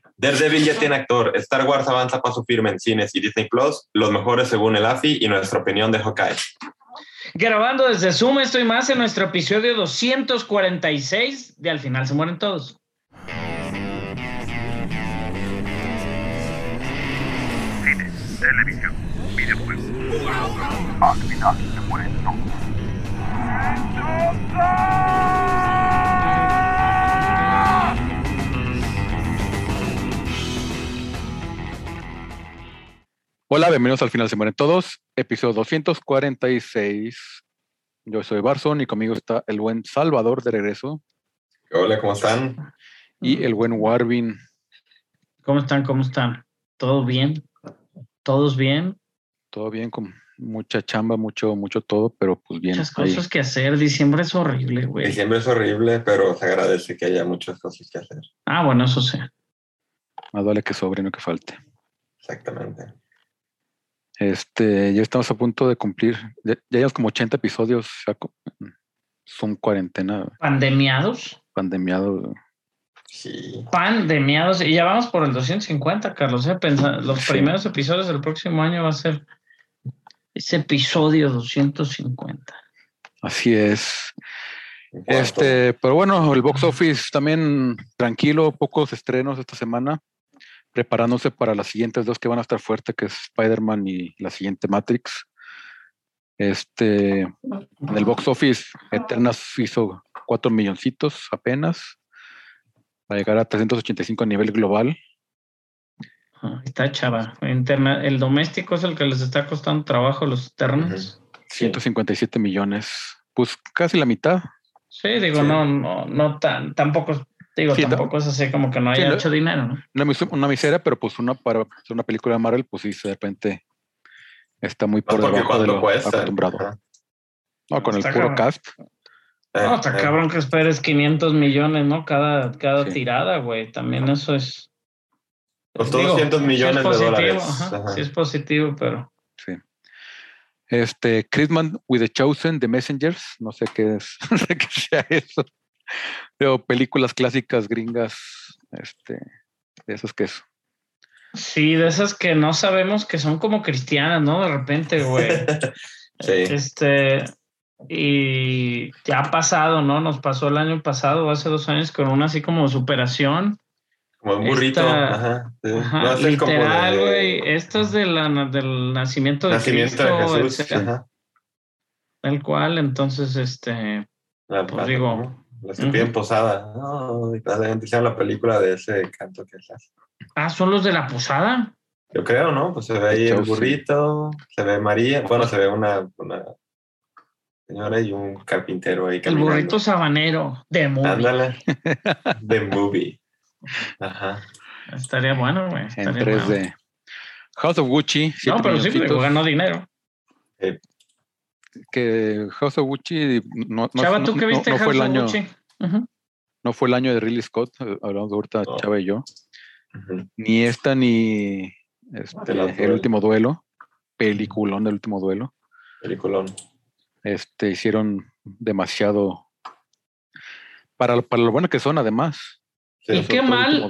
Daredevil ya tiene actor. Star Wars avanza a paso firme en cines y Disney Plus, los mejores según el AFI y nuestra opinión de Hawkeye. Grabando desde Zoom, estoy más en nuestro episodio 246 de Al final se mueren todos. Cine, televisión, videojuegos. Al final se mueren todos. Hola, bienvenidos al final se mueren todos, episodio 246. Yo soy Barson y conmigo está el buen Salvador de regreso. Hola, ¿cómo están? Y el buen Warvin. ¿Cómo están? ¿Cómo están? ¿Todo bien? ¿Todos bien? Todo bien, con mucha chamba, mucho todo, pero pues bien. Muchas cosas que hacer. Diciembre es horrible, güey. Diciembre es horrible, pero se agradece que haya muchas cosas que hacer. Ah, bueno, eso sí. Más vale que sobre, no que falte. Exactamente. Ya estamos a punto de cumplir, ya llevamos como 80 episodios, Zoom cuarentena. ¿Pandemiados? Pandemiado. Sí. Pandemiados. Y ya vamos por el 250, Carlos. Los primeros episodios del próximo año va a ser ese episodio 250. Así es. Pero bueno, el box office también tranquilo, pocos estrenos esta semana, preparándose para las siguientes dos que van a estar fuertes, que es Spider-Man y la siguiente Matrix. En el box office, Eternals hizo 4 milloncitos apenas, para llegar a 385 a nivel global. Está chava. El doméstico es el que les está costando trabajo los Eternals. 157 millones, pues casi la mitad. Sí, digo, sí. No tampoco. Digo, sí, tampoco es así como que no haya hecho dinero, ¿no? Una miseria, pero pues para hacer una película de Marvel, pues sí, de repente está muy por debajo de lo acostumbrado. No, con está el puro cabrón. Cast. No, está cabrón que esperes 500 millones, ¿no? Cada sí. Tirada, güey. También eso es... Costó 200 millones sí de dólares. Ajá. Sí es positivo, pero... Sí. Christmas with the Chosen, The Messengers, no sé qué es, no sé qué sea eso. Pero películas clásicas gringas, de esas que es. Sí, de esas que no sabemos que son como cristianas, ¿no? De repente, güey. Sí. Y ya ha pasado, ¿no? Nos pasó el año pasado, hace 2 años, con una así como superación. Como un burrito. Ajá. Sí. Ajá, no, literal, güey. Esto es del nacimiento de Cristo. De Jesús. Ajá. Tal cual, entonces, pues digo... ¿no? Los que piden posada. No, hicieron la película de ese canto que se hace. Ah, ¿son los de la posada? Yo creo, ¿no? Pues se ve ahí el burrito, se ve María, bueno, se ve una señora y un carpintero ahí caminando. El burrito sabanero, de movie. Ándale, de movie. Ajá. Estaría bueno, güey. En 3D. Bueno. House of Gucci. No, pero sí, ganó dinero. Que House of Gucci no ¿tú qué viste no fue el año. Gucci? No fue el año de Ridley Scott, hablamos de ahorita Chava y yo. Ni esta ni El último duelo. Peliculón del último duelo. Peliculón. Hicieron demasiado para lo bueno que son, además. Sí. Y qué mal.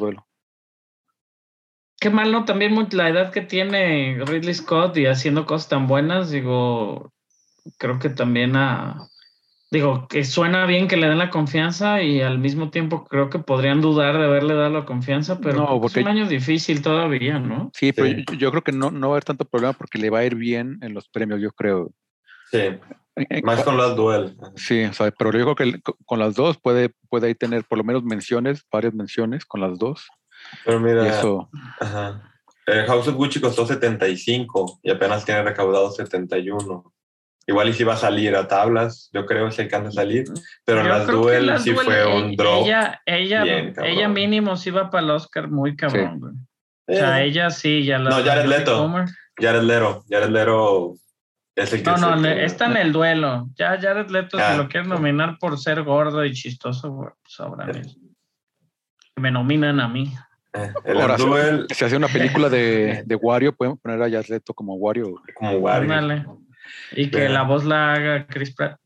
Qué mal, ¿no? También la edad que tiene Ridley Scott y haciendo cosas tan buenas, digo, creo que también que suena bien que le den la confianza y al mismo tiempo creo que podrían dudar de haberle dado la confianza, pero no, porque es un año difícil todavía, ¿no? Sí, pero yo creo que no va a haber tanto problema porque le va a ir bien en los premios, yo creo. Sí, más con las duel. Sí, o sea, pero yo creo que con las dos puede ahí tener por lo menos varias menciones con las dos. Pero mira, y eso... House of Gucci costó 75 y apenas tiene recaudado 71. Igual y si va a salir a tablas, yo creo que alcanza a salir, pero en las duel sí fue un drop. Ella mínimo sí va para el Oscar muy cabrón, güey. O sea, ella sí, ya la... No, Jared Leto. Jared Leto es el que... está en el duelo. Ya Jared Leto, si lo quieres nominar por ser gordo y chistoso, güey, pues ahora me nominan a mí. Ahora, si hace una película de Wario, pueden poner a Jared Leto como Wario. Ándale. Y que la voz la haga Chris Pratt.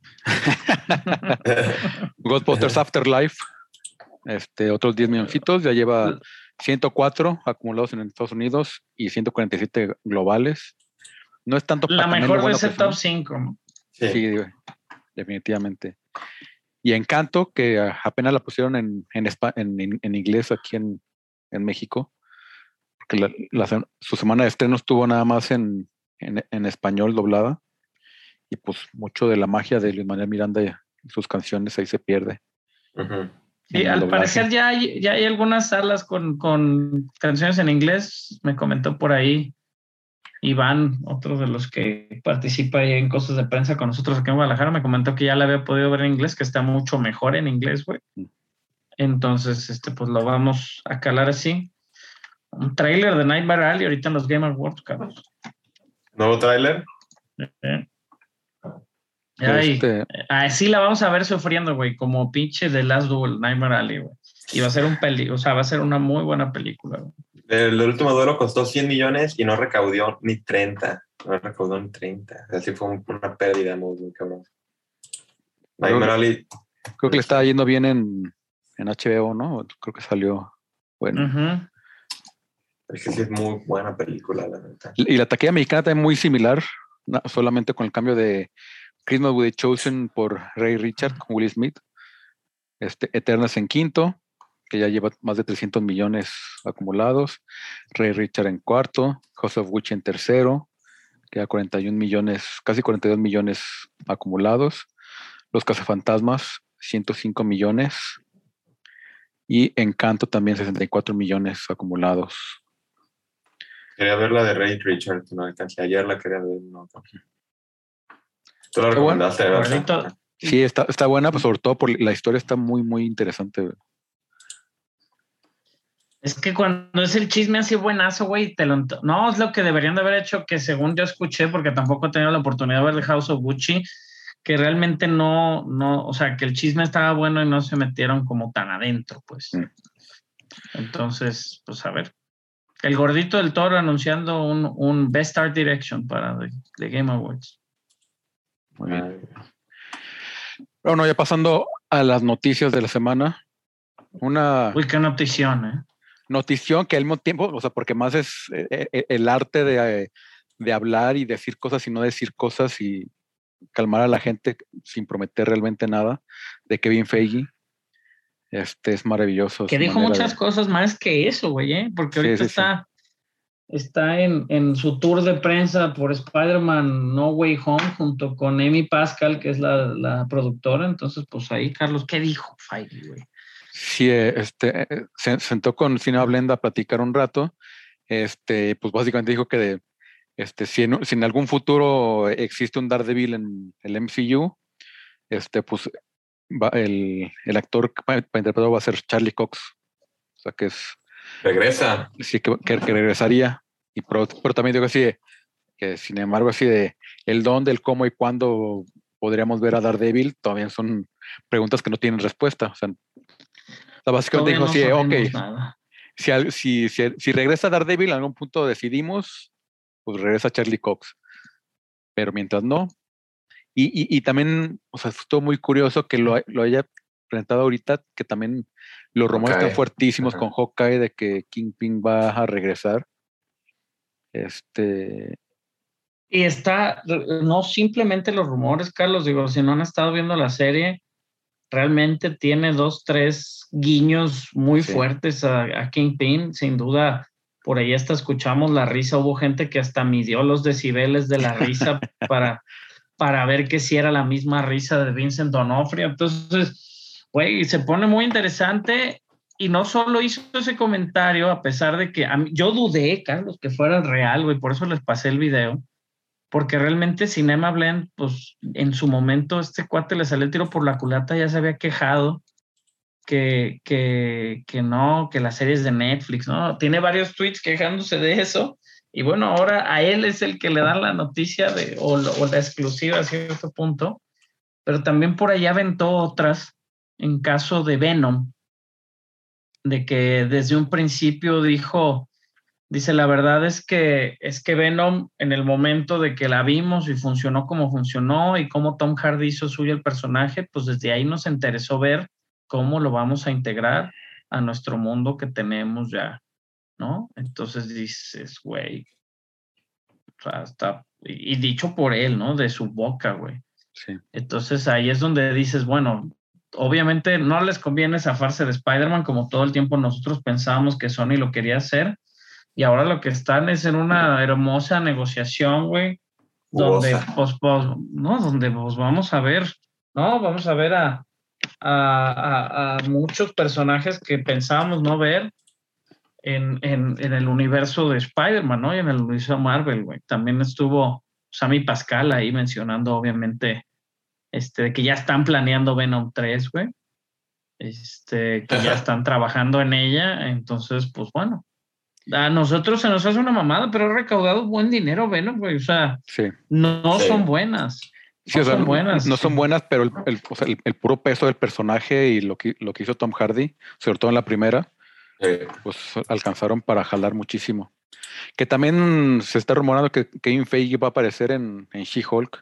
Ghostbusters Afterlife. Otros 10 milloncitos. Ya lleva 104 acumulados en Estados Unidos y 147 globales. No es tanto la para mejor de ese top 5. Sí, definitivamente. Y Encanto, que apenas la pusieron en inglés aquí en México, porque su semana de estreno estuvo nada más en español doblada, y pues mucho de la magia de Luis Manuel Miranda y sus canciones ahí se pierde. Uh-huh. Sí, al parecer ya hay algunas salas con canciones en inglés, me comentó por ahí Iván, otro de los que participa ahí en cosas de prensa con nosotros aquí en Guadalajara, me comentó que ya la había podido ver en inglés, que está mucho mejor en inglés, güey. Entonces, pues lo vamos a calar así. Un tráiler de Nightmare Alley ahorita en los Game Awards, Carlos. ¿Nuevo tráiler? Así la vamos a ver sufriendo, güey, como pinche The Last Duel, Nightmare Alley, güey. Y va a ser va a ser una muy buena película, güey. El último duelo costó 100 millones y no recaudó ni 30. No recaudó ni 30. Así fue una pérdida muy cabrón. Nightmare Alley. Creo que le estaba yendo bien en HBO, ¿no? Creo que salió bueno. Uh-huh. Es que sí es muy buena película, la verdad. Y la taquilla mexicana también muy similar, solamente con el cambio de Christmas with the Chosen por Ray Richard con Will Smith. Eternals en quinto, que ya lleva más de 300 millones acumulados. Ray Richard en cuarto. House of Gucci en tercero, que da 41 millones, casi 42 millones acumulados. Los Cazafantasmas, 105 millones. Y Encanto también 64 millones acumulados. Quería ver la de Ray Richard, no alcancé. Ayer la quería ver, no. ¿Tú la recomendaste, verdad? Sí, está buena, pues sobre todo por la historia está muy, muy interesante. Es que cuando es el chisme así buenazo, güey, no, es lo que deberían de haber hecho, que según yo escuché, porque tampoco he tenido la oportunidad de ver The House of Gucci, que realmente no, o sea, que el chisme estaba bueno y no se metieron como tan adentro, pues. Entonces, pues a ver. El gordito del Toro anunciando un Best Art Direction para The Game Awards. Muy bien. Bueno, ya pasando a las noticias de la semana. Uy, qué notición, Notición que al mismo tiempo, o sea, porque más es el arte de hablar y decir cosas y no decir cosas y calmar a la gente sin prometer realmente nada, de Kevin Feige. Es maravilloso. Que dijo muchas cosas más que eso, güey, porque ahorita está en su tour de prensa por Spider-Man No Way Home junto con Amy Pascal, que es la productora. Entonces, pues ahí, Carlos, ¿qué dijo Feige, güey? Sí, se sentó con Cine Blenda a platicar un rato. Pues básicamente dijo que si en algún futuro existe un Daredevil en el MCU, pues el actor para interpretarlo va a ser Charlie Cox. O sea que regresa. Sí, que regresaría. Pero también digo así que sin embargo así de el dónde, el cómo y cuándo podríamos ver a Daredevil todavía son preguntas que no tienen respuesta. O sea, básicamente dijo así, si regresa Daredevil, en algún punto decidimos, pues regresa Charlie Cox. Pero mientras no. Y también, o sea, estuvo muy curioso que lo haya presentado ahorita, que también los rumores están fuertísimos con Hawkeye de que Kingpin va a regresar. Y no simplemente los rumores, Carlos, digo, si no han estado viendo la serie, realmente tiene 2, 3 guiños muy fuertes a Kingpin, sin duda. Por ahí hasta escuchamos la risa, hubo gente que hasta midió los decibeles de la risa para ver que si era la misma risa de Vincent D'Onofrio. Entonces, güey, se pone muy interesante. Y no solo hizo ese comentario, a pesar de que yo dudé, Carlos, que fuera real, güey, por eso les pasé el video, porque realmente Cinema Blend, pues en su momento este cuate le salió el tiro por la culata, ya se había quejado que no, que las series de Netflix, ¿no? Tiene varios tweets quejándose de eso, y bueno, ahora a él es el que le dan la noticia o la exclusiva a cierto punto, pero también por allá aventó otras en caso de Venom, de que desde un principio dice, la verdad es que Venom, en el momento de que la vimos y funcionó como funcionó y cómo Tom Hardy hizo suyo el personaje, pues desde ahí nos interesó ver cómo lo vamos a integrar a nuestro mundo que tenemos ya Entonces dices, güey, o sea, y dicho por él, ¿no? De su boca, güey. Sí. Entonces ahí es donde dices, bueno, obviamente no les conviene zafarse de Spider-Man como todo el tiempo nosotros pensábamos que Sony lo quería hacer, y ahora lo que están es en una hermosa negociación, güey, donde donde pues vamos a ver, ¿no? Vamos a ver a muchos personajes que pensábamos no ver en el universo de Spider-Man, ¿no? Y en el universo Marvel, güey. También estuvo Sammy Pascal ahí mencionando, obviamente, de que ya están planeando Venom 3, güey. Que ya están trabajando en ella. Entonces, pues bueno. A nosotros se nos hace una mamada, pero ha recaudado buen dinero, Venom, güey. O sea, Sí. no son buenas. Sí, no son buenas. No son buenas, pero el puro peso del personaje y lo que hizo Tom Hardy, sobre todo en la primera, pues alcanzaron para jalar muchísimo. Que también se está rumorando que Kevin Feige va a aparecer en She-Hulk.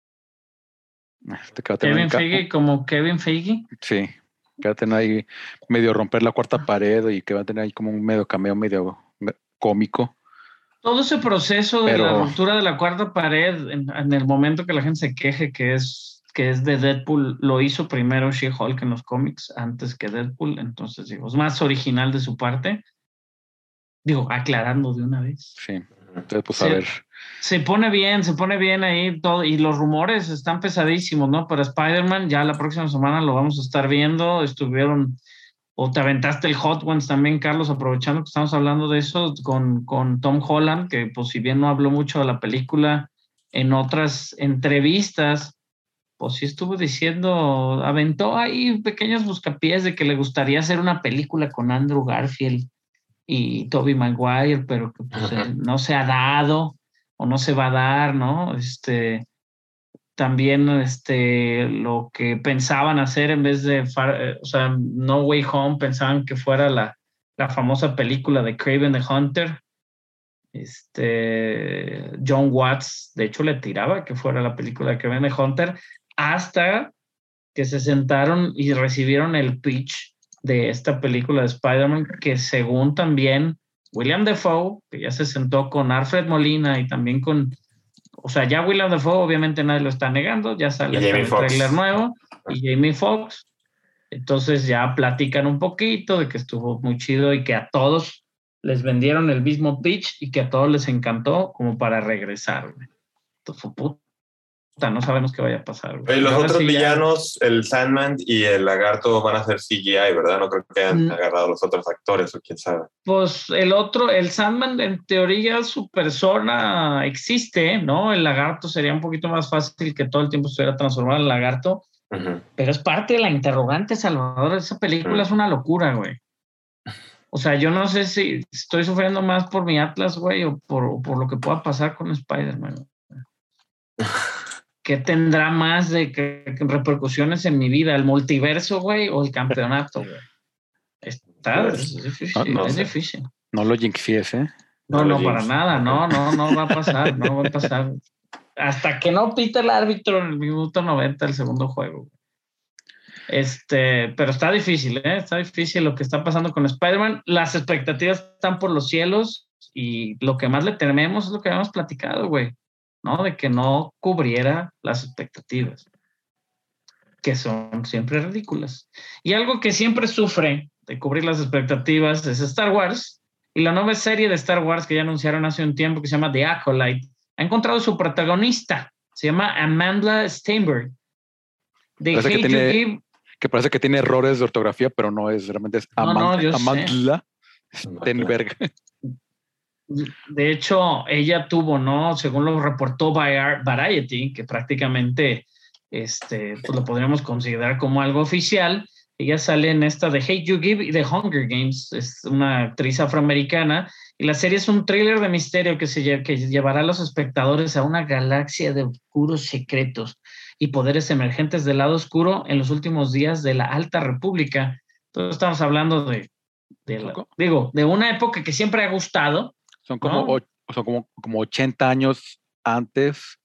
Kevin Feige como Kevin Feige. Sí, que va a tener ahí medio romper la cuarta pared y que va a tener ahí como un medio cameo medio cómico. Todo ese proceso de la ruptura de la cuarta pared, en el momento que la gente se queje que es de Deadpool, lo hizo primero She-Hulk en los cómics antes que Deadpool, entonces digo, es más original de su parte. Digo, aclarando de una vez. Sí, entonces pues a ver. Se pone bien ahí todo, y los rumores están pesadísimos, ¿no? Para Spider-Man, ya la próxima semana lo vamos a estar viendo, o te aventaste el Hot Ones también, Carlos, aprovechando que estamos hablando de eso, con Tom Holland, que pues si bien no habló mucho de la película, en otras entrevistas, pues sí estuvo diciendo, aventó ahí pequeños buscapiés de que le gustaría hacer una película con Andrew Garfield y Tobey Maguire, pero que pues no se ha dado o no se va a dar, ¿no? También lo que pensaban hacer en vez de, No Way Home, pensaban que fuera la famosa película de Kraven the Hunter. John Watts, de hecho, le tiraba que fuera la película de Kraven the Hunter, hasta que se sentaron y recibieron el pitch de esta película de Spider-Man, que según también William Dafoe, que ya se sentó con Alfred Molina y también o sea, ya Willem Dafoe obviamente nadie lo está negando, ya sale el tráiler nuevo, y Jamie Foxx, entonces ya platican un poquito de que estuvo muy chido y que a todos les vendieron el mismo pitch y que a todos les encantó como para regresar. Entonces, no sabemos qué vaya a pasar. Oye, los otros villanos, el Sandman y el Lagarto, van a ser CGI, ¿verdad? No creo que hayan agarrado los otros actores o quién sabe. Pues el Sandman, en teoría, su persona existe, ¿no? El Lagarto sería un poquito más fácil que todo el tiempo estuviera transformado en Lagarto, pero es parte de la interrogante, Salvador. Esa película es una locura, güey. O sea, yo no sé si estoy sufriendo más por mi Atlas, güey, o por lo que pueda pasar con Spider-Man. ¿Qué tendrá más de repercusiones en mi vida? ¿El multiverso, güey, o el campeonato, güey? Es difícil, es difícil. No lo jinxies, ¿eh? No, para nada, no va a pasar, no va a pasar. Hasta que no pite el árbitro en el minuto 90 del segundo juego. Pero está difícil, ¿eh? Está difícil lo que está pasando con Spider-Man. Las expectativas están por los cielos y lo que más le tememos es lo que habíamos platicado, güey, ¿no? De que no cubriera las expectativas, que son siempre ridículas. Y algo que siempre sufre de cubrir las expectativas es Star Wars, y la nueva serie de Star Wars que ya anunciaron hace un tiempo, que se llama The Acolyte, ha encontrado su protagonista, se llama Amandla Stenberg. Que parece que tiene errores de ortografía, pero no es, realmente es Amandla Stenberg. De hecho, ella tuvo, ¿no? Según lo reportó Variety, que prácticamente pues lo podríamos considerar como algo oficial. Ella sale en esta de Hate You Give y de Hunger Games. Es una actriz afroamericana. Y la serie es un thriller de misterio que llevará a los espectadores a una galaxia de oscuros secretos y poderes emergentes del lado oscuro en los últimos días de la Alta República. Entonces estamos hablando de una época que siempre ha gustado. Son como 80 años antes,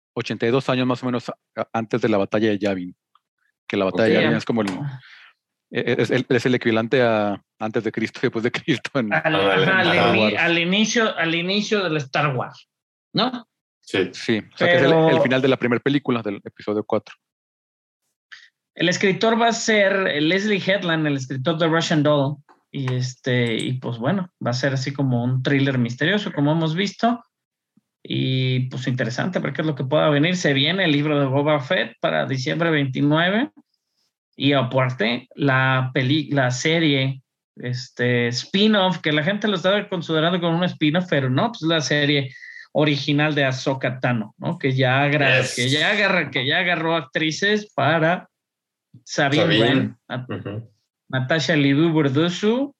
82 años más o menos antes de la batalla de Yavin. Que la batalla de Yavin es como Es el equivalente a antes de Cristo y después de Cristo. Al inicio del Star Wars, ¿no? Sí. Sí, o sea, que es el final de la primera película del episodio 4. El escritor va a ser Leslie Headland, el escritor de Russian Doll. Y pues bueno, va a ser así como un thriller misterioso, como hemos visto. Y pues interesante, porque es lo que pueda venir. Se viene el libro de Boba Fett para diciembre 29. Y aparte, la serie, spin-off, que la gente lo estaba considerando como un spin-off, pero no, pues la serie original de Ahsoka Tano, ¿no? Que ya agarró actrices para Sabine Wren, Natasha Liu Burdusu,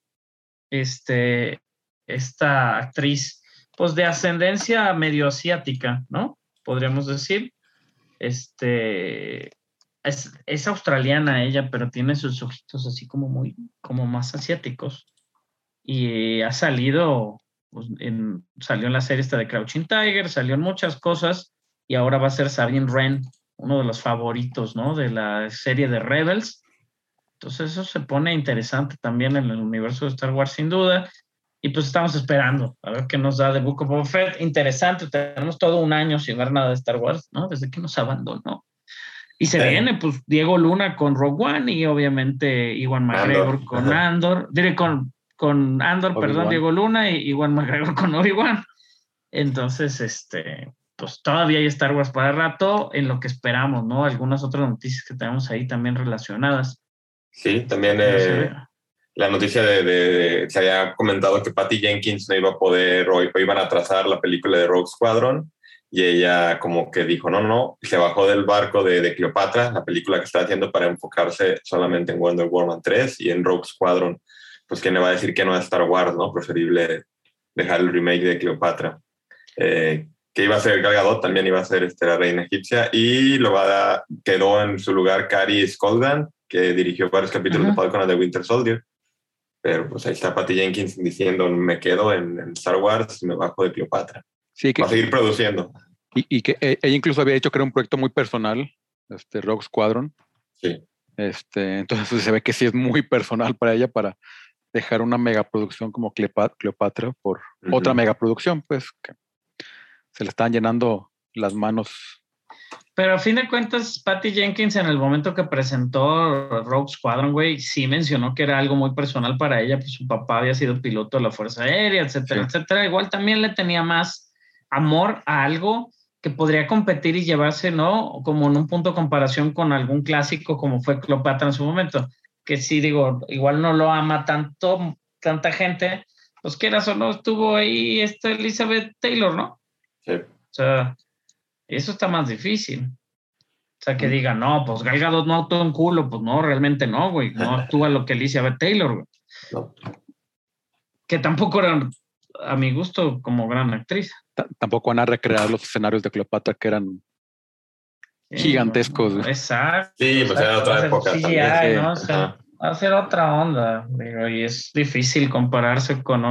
esta actriz, pues de ascendencia medio asiática, ¿no? Podríamos decir. Es australiana ella, pero tiene sus ojitos así como más asiáticos. Y ha salido, pues, salió en la serie esta de Crouching Tiger, salió en muchas cosas, y ahora va a ser Sabine Wren, uno de los favoritos, ¿no? De la serie de Rebels. Entonces eso se pone interesante también en el universo de Star Wars, sin duda. Y pues estamos esperando a ver qué nos da The Book of Boba Fett. Interesante, tenemos todo un año sin ver nada de Star Wars, ¿no? Desde que nos abandonó. Y se viene, pues, Diego Luna con Rogue One y obviamente Ewan McGregor con Andor. Diré con Andor, perdón, Diego Luna y Ewan McGregor con Obi-Wan. Entonces, pues todavía hay Star Wars para rato en lo que esperamos, ¿no? Algunas otras noticias que tenemos ahí también relacionadas. Sí, también la noticia se había comentado que Patty Jenkins no iba a poder o iban a atrasar la película de Rogue Squadron. Y ella como que dijo, no, y se bajó del barco de Cleopatra, la película que está haciendo, para enfocarse solamente en Wonder Woman 3 y en Rogue Squadron. Pues quién le va a decir que no a Star Wars, ¿no? Preferible dejar el remake de Cleopatra. Que iba a ser Gal Gadot, también iba a ser la reina egipcia, y quedó en su lugar Kari Skogland, que dirigió varios capítulos de Falcon and the Winter Soldier. Pero pues ahí está Patty Jenkins diciendo, me quedo en Star Wars y me bajo de Cleopatra. Sí, va a seguir produciendo. Y que ella incluso había dicho que era un proyecto muy personal, Rogue Squadron. Sí. Entonces se ve que sí es muy personal para ella, para dejar una megaproducción como Cleopatra por otra megaproducción, pues que se le están llenando las manos. Pero a fin de cuentas, Patty Jenkins, en el momento que presentó Rogue Squadron, güey, sí mencionó que era algo muy personal para ella, pues su papá había sido piloto de la Fuerza Aérea, etcétera, etcétera. Igual también le tenía más amor a algo que podría competir y llevarse, ¿no? Como en un punto de comparación con algún clásico como fue Cleopatra en su momento, que sí, digo, igual no lo ama tanta gente, pues quieras o no, estuvo ahí Elizabeth Taylor, ¿no? Sí. O sea, eso está más difícil. O sea, que diga, no, pues Gal Gadot no actuó en culo, pues no, realmente no, güey, no actúa lo que Elizabeth Taylor, güey. No. Que tampoco era, a mi gusto, como gran actriz. Tampoco van a recrear los escenarios de Cleopatra, que eran gigantescos. No, exacto. Sí, pues era otra época CGI, también. ¿no? O sea, va a ser otra onda, digo, y es difícil compararse con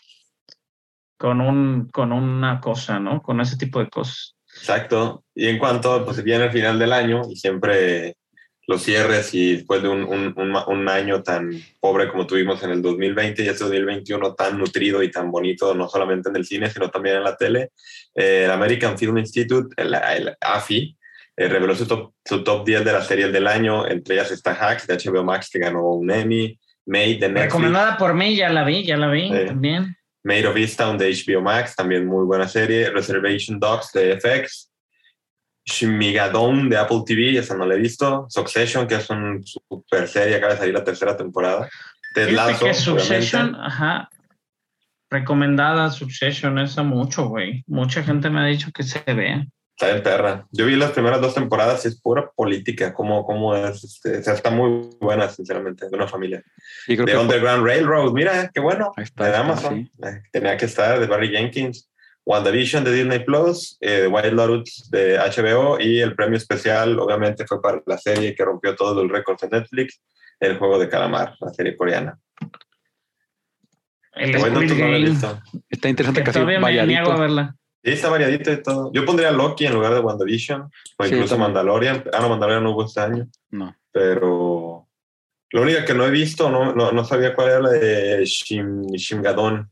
una cosa, ¿no? Con ese tipo de cosas. Exacto. Y en cuanto, pues viene el final del año y siempre los cierres, y después de un año tan pobre como tuvimos en el 2020 y este 2021 tan nutrido y tan bonito, no solamente en el cine, sino también en la tele, el American Film Institute, el AFI, reveló su top 10 de las series del año. Entre ellas está Hacks de HBO Max, que ganó un Emmy, Made de Netflix. Recomendada por mí, ya la vi también. Made of Easttown de HBO Max, también muy buena serie. Reservation Dogs de FX. Shimigadon de Apple TV, esa no la he visto. Succession, que es una super serie, acaba de salir la tercera temporada. Ted Lasso, que Succession, recomendada Succession, esa mucho, güey. Mucha gente me ha dicho que se vea. Está en perra. Yo vi las primeras 2 temporadas y es pura política, cómo es, o sea, está muy buena, sinceramente, de una familia. De Underground Railroad, mira, qué bueno, de Amazon. Sí. Tenía que estar, de Barry Jenkins. WandaVision de Disney Plus, White Lotus de HBO, y el premio especial, obviamente, fue para la serie que rompió todos los récords de Netflix, El Juego de Calamar, la serie coreana. Está interesante, que todavía me niego a verla. Sí, está variadito y todo. Yo pondría Loki en lugar de WandaVision, o incluso Mandalorian. No, Mandalorian no hubo este año. No. Pero Lo único que no he visto, no sabía cuál era la de Shmigadon.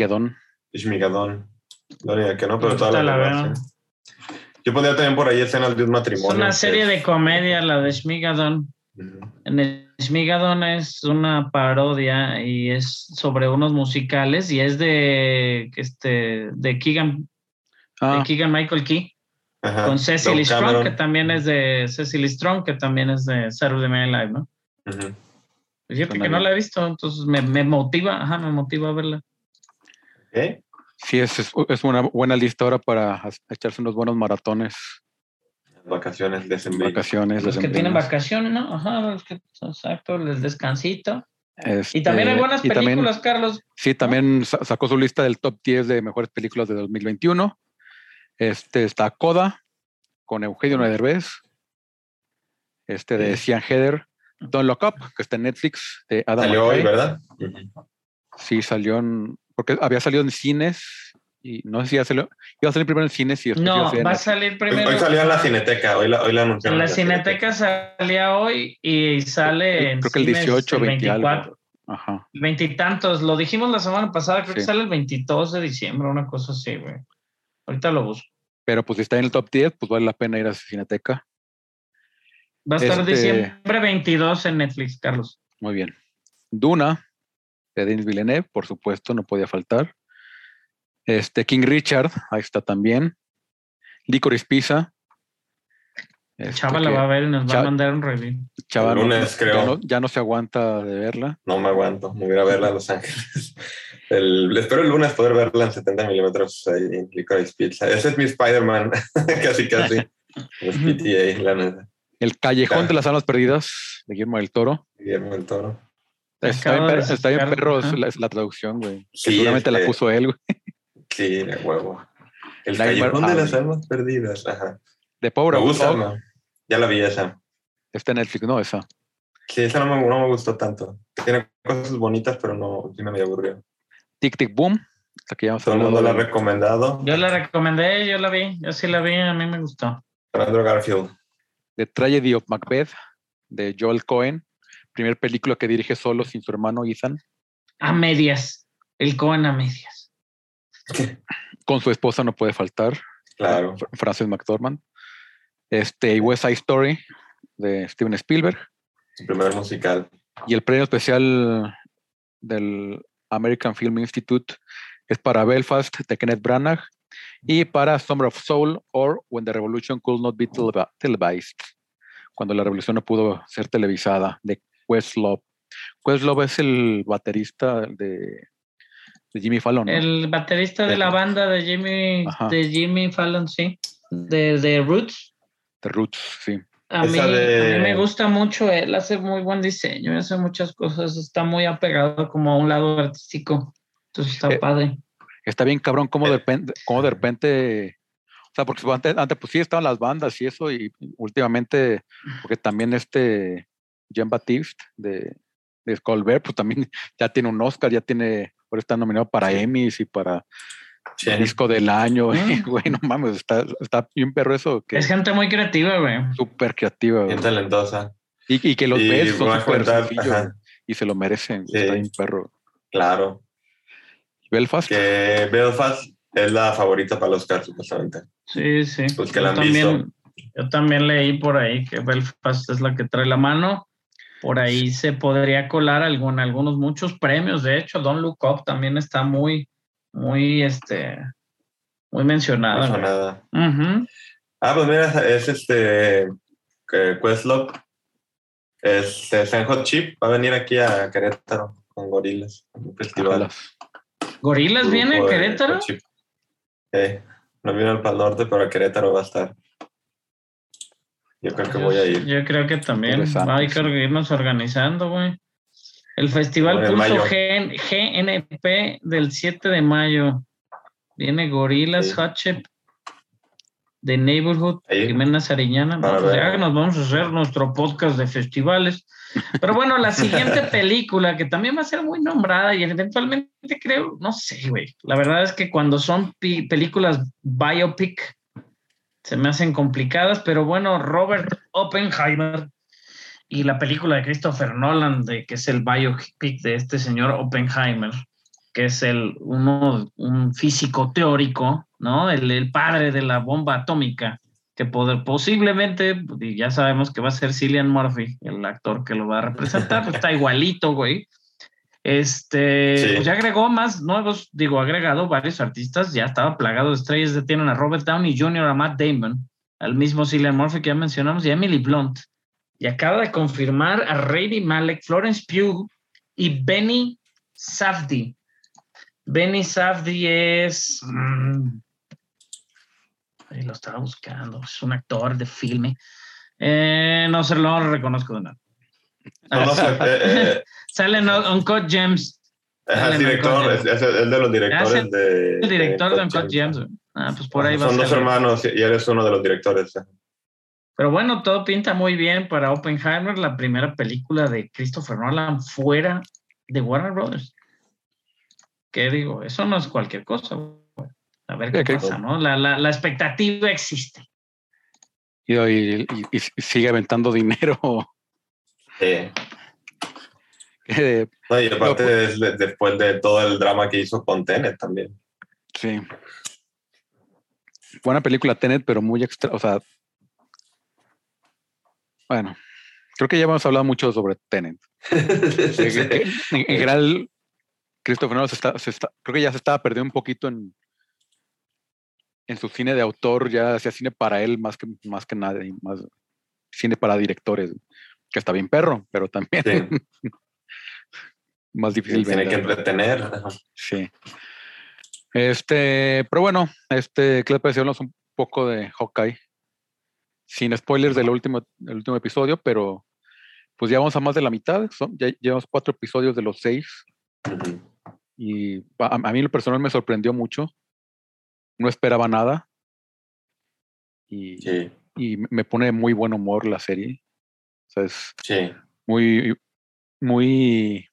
Lo único que no, pero toda la demás. Yo pondría también por ahí escenas de un matrimonio. Es una serie de comedia, la de Shmigadon. En el Shmigadon es una parodia y es sobre unos musicales y es de Keegan Michael Key. Ajá. Con Cecily Strong, que también es de Saturday Night Live, ¿no? Uh-huh. Fíjate que no la he visto, entonces me motiva a verla. ¿Okay? Sí, es una buena lista ahora para echarse unos buenos maratones. Vacaciones de Los que tienen vacaciones, ¿no? Ajá, exacto, el descansito. Y también hay buenas películas, Carlos. Sí, también sacó su lista del top 10 de mejores películas de 2021. Está Coda, con Eugenio Derbez. De Sian Heder. Don't Look Up, que está en Netflix, de Adam Salió McKay. Hoy, ¿verdad? Sí, salió porque había salido en cines y no sé si ya salió. Iba a salir primero en cines y después va a salir primero. Hoy salió en la Cineteca, hoy la anunciaron. En la Cineteca salía hoy y sale en creo que el 18 el 24. Algo. Ajá. 20 y tantos, lo dijimos la semana pasada, creo que sale el 22 de diciembre, una cosa así, güey. Ahorita lo busco. Pero pues si está en el top 10, pues vale la pena ir a la Cineteca. Va a estar diciembre 22 en Netflix, Carlos. Muy bien. Duna, de Denis Villeneuve, por supuesto, no podía faltar. King Richard, ahí está también. Licorice Pizza. Chava la va a ver y nos va a mandar un review. Chava, el lunes, creo. Ya no se aguanta de verla. No me aguanto, me voy a ir a verla a Los Ángeles. Espero el lunes poder verla en 70 milímetros en Licorice Pizza. Ese es mi Spider-Man, casi. Los PTA, la neta. El Callejón de las Almas Perdidas, de Guillermo del Toro. Está bien perro la traducción, güey. Sí, seguramente la puso él, güey. Sí, de huevo. El Callejón de las Almas Perdidas, ajá. De Power of Dog. No. Ya la vi esa. Está en Netflix, ¿no? Esa. Sí, esa no me gustó tanto. Tiene cosas bonitas, pero no, sí me aburrió. Tic Tic Boom. Todo el mundo la ha recomendado. Yo la recomendé, yo la vi. Yo sí la vi, a mí me gustó. Andrew Garfield. The Tragedy of Macbeth, de Joel Cohen. Primer película que dirige solo sin su hermano Ethan. A medias. El Cohen a medias. Con su esposa no puede faltar. Claro. Frances McDormand. West Side Story, de Steven Spielberg. Su primer musical. Y el premio especial del American Film Institute es para Belfast, de Kenneth Branagh, y para Summer of Soul, or When the Revolution Could Not Be Televised, cuando la revolución no pudo ser televisada, de Questlove. Questlove es el baterista de Jimmy Fallon, ¿no? El baterista de la banda de Jimmy Fallon, sí. De Roots. De Roots, sí. A mí me gusta mucho, él hace muy buen diseño, hace muchas cosas, está muy apegado como a un lado artístico, entonces está padre. Está bien cabrón cómo de repente, o sea, porque antes pues sí estaban las bandas y eso, y últimamente, porque también Jean-Baptiste de Colbert, pues también ya tiene un Oscar, ahora está nominado para Emmys y para disco del año, güey, no mames, está bien perro eso. Que es gente muy creativa, güey. Súper creativa, güey. Bien talentosa. Y que los ves, son súper sencillos y se lo merecen, sí. Está bien perro. Claro. Belfast. Que Belfast es la favorita para los Oscar, supuestamente. Sí. Pues que la han visto. Yo también leí por ahí que Belfast es la que trae la mano. Por ahí se podría colar muchos premios. De hecho, Don't Look Up también está muy mencionada. Uh-huh. Pues mira, es Questlove. San Hot Chip va a venir aquí a Querétaro con Gorilas, un festival. ¿Gorilas viene a Querétaro? No vino al Pal Norte, pero a Querétaro va a estar. Yo creo que voy a ir. Yo creo que también. Hay que irnos organizando, güey. El festival Pulso GNP del 7 de mayo. Viene Gorilas, Hot Chip, The Neighborhood, Jimena Sariñana. Ya nos vamos a hacer nuestro podcast de festivales. Pero bueno, la siguiente película, que también va a ser muy nombrada y eventualmente creo, no sé, güey. La verdad es que cuando son películas biopic, se me hacen complicadas, pero bueno, Robert Oppenheimer y la película de Christopher Nolan, que es el biopic de este señor Oppenheimer, que es un físico teórico, ¿no? El padre de la bomba atómica, que posiblemente, y ya sabemos que va a ser Cillian Murphy, el actor que lo va a representar, está igualito, güey. Pues ya agregó más nuevos, ha agregado varios artistas, ya estaba plagado de estrellas, tienen a Robert Downey Jr., a Matt Damon, al mismo Cillian Murphy que ya mencionamos, y a Emily Blunt. Y acaba de confirmar a Rami Malek, Florence Pugh y Benny Safdie. Benny Safdie es... lo estaba buscando, es un actor de filme. No lo reconozco de nada. Sale en Uncut Gems. Es director, es de los directores el director de Uncut Gems. Pues por ahí va a ser. Son dos hermanos y eres uno de los directores. Pero bueno, todo pinta muy bien para Oppenheimer, la primera película de Christopher Nolan fuera de Warner Brothers. ¿Qué digo? Eso no es cualquier cosa. A ver qué pasa, ¿no? La expectativa existe. Y sigue aventando dinero. Sí. No, y aparte después de todo el drama que hizo con Tenet también. Sí. Buena película Tenet, pero muy extra, o sea, bueno, creo que ya hemos hablado mucho sobre Tenet. En general, Christopher Nolan creo que ya se estaba perdiendo un poquito en su cine de autor, ya hacía cine para él más que nada, y más cine para directores, que está bien perro, pero también sí. Más difícil. Tiene que entretener. Sí. Pero bueno, ¿qué les pareció? Hablamos un poco de Hawkeye. Sin spoilers del último episodio, pero pues ya vamos a más de la mitad. Ya llevamos 4 episodios de los 6. Uh-huh. Y a mí lo personal me sorprendió mucho. No esperaba nada. Y me pone de muy buen humor la serie. O sea, es muy, muy,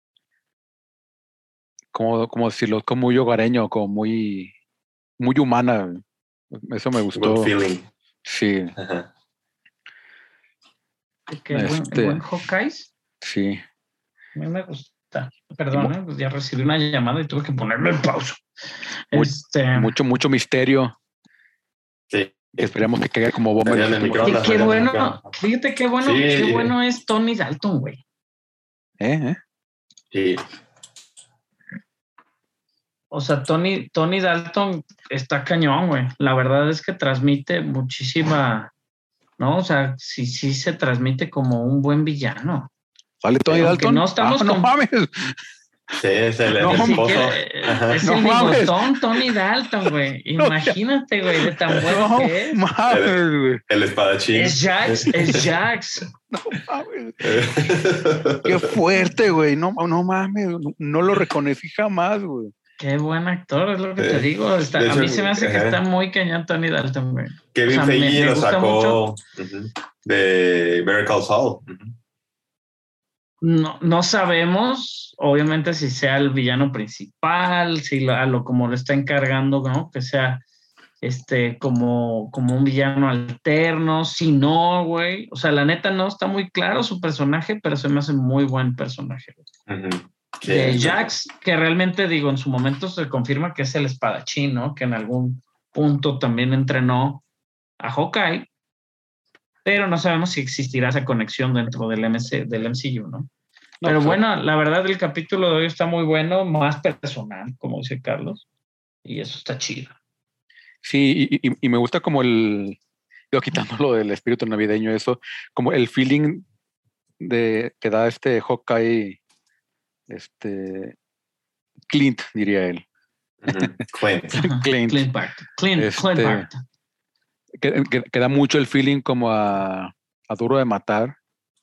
¿cómo decirlo? Como muy hogareño, como muy, muy humana. Eso me gustó. Good feeling. Sí. Uh-huh. ¿Buen Hawkeye? Sí. A mí me gusta. Perdón, pues ya recibí una llamada y tuve que ponerme en pausa. Mucho misterio. Sí. Que esperamos que caiga como bomba. Qué bueno. Fíjate qué bueno, qué bueno es Tony Dalton, güey. Sí. O sea, Tony Dalton está cañón, güey. La verdad es que transmite muchísima, ¿no? O sea, sí se transmite como un buen villano. ¿Sale Tony Dalton? No estamos no mames. Sí, es el esposo. Es el bigotón Tony Dalton, güey. Imagínate, güey, de tan bueno que es. Mames, güey. El espadachín. Es Jax. No mames. Qué fuerte, güey. No mames. No lo reconocí jamás, güey. Qué buen actor, es lo que te digo. A mí se me hace que está muy cañón Tony Dalton, güey. Kevin Feige lo sacó de Better Call Saul. No sabemos, obviamente, si sea el villano principal, si como lo está encargando, ¿no? Que sea como un villano alterno, si no, güey. O sea, la neta no está muy claro su personaje, pero se me hace muy buen personaje. Uh-huh. Jax, que realmente, en su momento se confirma que es el espadachín, ¿no? Que en algún punto también entrenó a Hawkeye, pero no sabemos si existirá esa conexión dentro del MCU, ¿no? Pero bueno, la verdad el capítulo de hoy está muy bueno, más personal, como dice Carlos, y eso está chido. Sí, y me gusta como yo quitándolo del espíritu navideño, eso, como el feeling que da Hawkeye, Clint, diría él. Clint Barton. Que da mucho el feeling como a Duro de Matar.